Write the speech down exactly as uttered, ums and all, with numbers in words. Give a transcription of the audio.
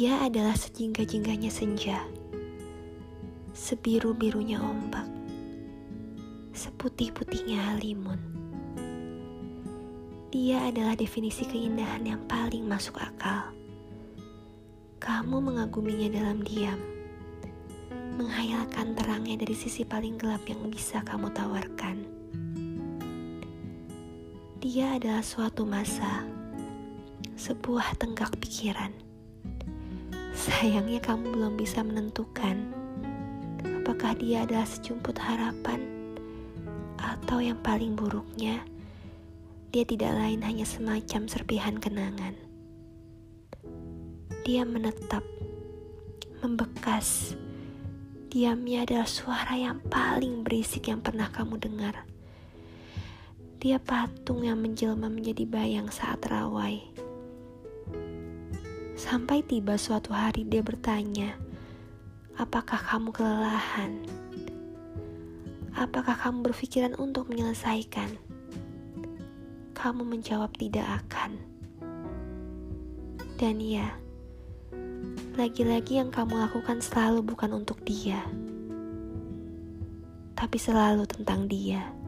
Dia adalah sejingga-jingganya senja, sebiru-birunya ombak, seputih-putihnya halimun. Dia adalah definisi keindahan yang paling masuk akal. Kamu mengaguminya dalam diam, menghayalkan terangnya dari sisi paling gelap yang bisa kamu tawarkan. Dia adalah suatu masa, sebuah tenggak pikiran. Sayangnya kamu belum bisa menentukan apakah dia adalah sejumput harapan, atau yang paling buruknya, dia tidak lain hanya semacam serpihan kenangan. Dia menetap, membekas. Diamnya adalah suara yang paling berisik yang pernah kamu dengar. Dia patung yang menjelma menjadi bayang saat rawai. Sampai tiba suatu hari dia bertanya, apakah kamu kelelahan? Apakah kamu berpikiran untuk menyelesaikan? Kamu menjawab tidak akan. Dan ya, lagi-lagi yang kamu lakukan selalu bukan untuk dia, tapi selalu tentang dia.